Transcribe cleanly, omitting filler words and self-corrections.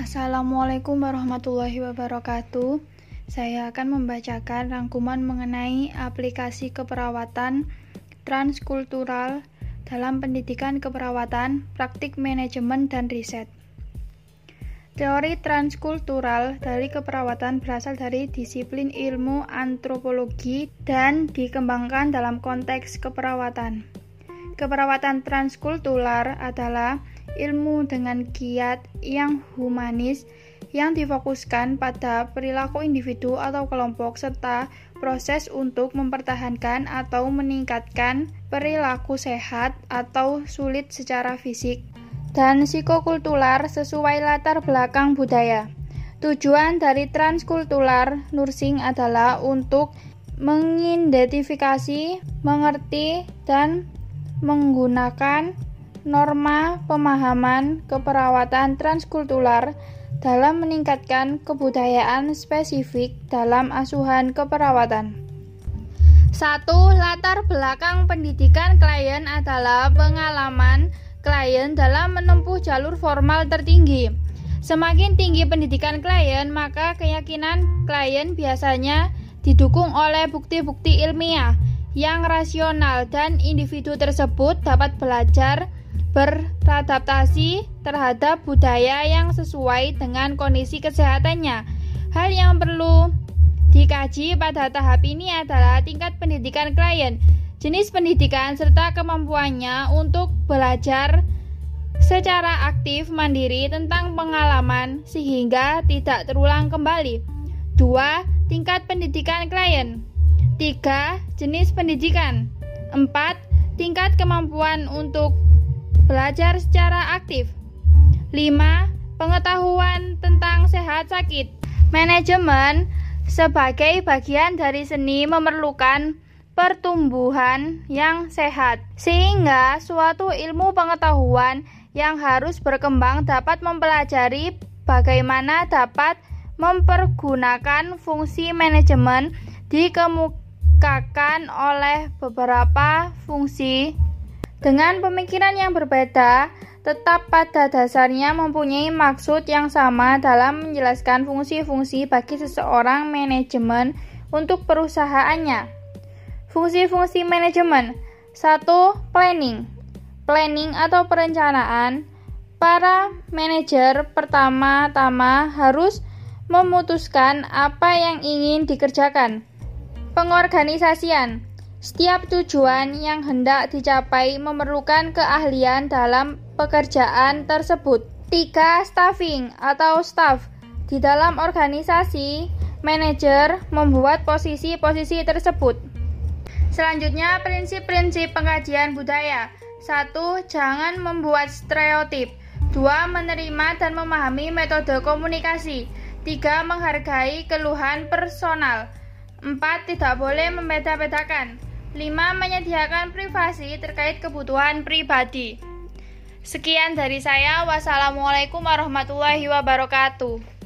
Assalamualaikum warahmatullahi wabarakatuh. Saya akan membacakan rangkuman mengenai aplikasi keperawatan transkultural dalam pendidikan keperawatan, praktik manajemen, dan riset. Teori transkultural dari keperawatan berasal dari disiplin ilmu antropologi dan dikembangkan dalam konteks keperawatan. Keperawatan transkultural adalah ilmu dengan kiat yang humanis yang difokuskan pada perilaku individu atau kelompok serta proses untuk mempertahankan atau meningkatkan perilaku sehat atau sulit secara fisik dan psikokultural sesuai latar belakang budaya. Tujuan dari transkultural nursing adalah untuk mengidentifikasi, mengerti, dan menggunakan norma pemahaman keperawatan transkultural dalam meningkatkan kebudayaan spesifik dalam asuhan keperawatan. 1. Latar belakang pendidikan klien adalah pengalaman klien dalam menempuh jalur formal tertinggi. Semakin tinggi pendidikan klien, maka keyakinan klien biasanya didukung oleh bukti-bukti ilmiah yang rasional dan individu tersebut dapat belajar beradaptasi terhadap budaya yang sesuai dengan kondisi kesehatannya. Hal yang perlu dikaji pada tahap ini adalah tingkat pendidikan klien, jenis pendidikan, serta kemampuannya untuk belajar secara aktif mandiri tentang pengalaman sehingga tidak terulang kembali. 2. Tingkat pendidikan klien. 3. Jenis pendidikan. 4. Tingkat kemampuan untuk belajar secara aktif. 5. Pengetahuan tentang sehat sakit. Manajemen sebagai bagian dari seni memerlukan pertumbuhan yang sehat, sehingga suatu ilmu pengetahuan yang harus berkembang dapat mempelajari bagaimana dapat mempergunakan fungsi manajemen dikemukakan oleh beberapa fungsi dengan pemikiran yang berbeda, tetap pada dasarnya mempunyai maksud yang sama dalam menjelaskan fungsi-fungsi bagi seseorang manajemen untuk perusahaannya. Fungsi-fungsi manajemen. 1. Planning. Planning atau perencanaan. Para manajer pertama-tama harus memutuskan apa yang ingin dikerjakan. Pengorganisasian. Setiap tujuan yang hendak dicapai memerlukan keahlian dalam pekerjaan tersebut. 3. Staffing atau staff. Di dalam organisasi, manajer membuat posisi-posisi tersebut. Selanjutnya, prinsip-prinsip pengkajian budaya. 1. Jangan membuat stereotip. 2. Menerima dan memahami metode komunikasi. 3. Menghargai keluhan personal. 4. Tidak boleh membeda-bedakan. 5. Menyediakan privasi terkait kebutuhan pribadi. Sekian dari saya. Wassalamualaikum warahmatullahi wabarakatuh.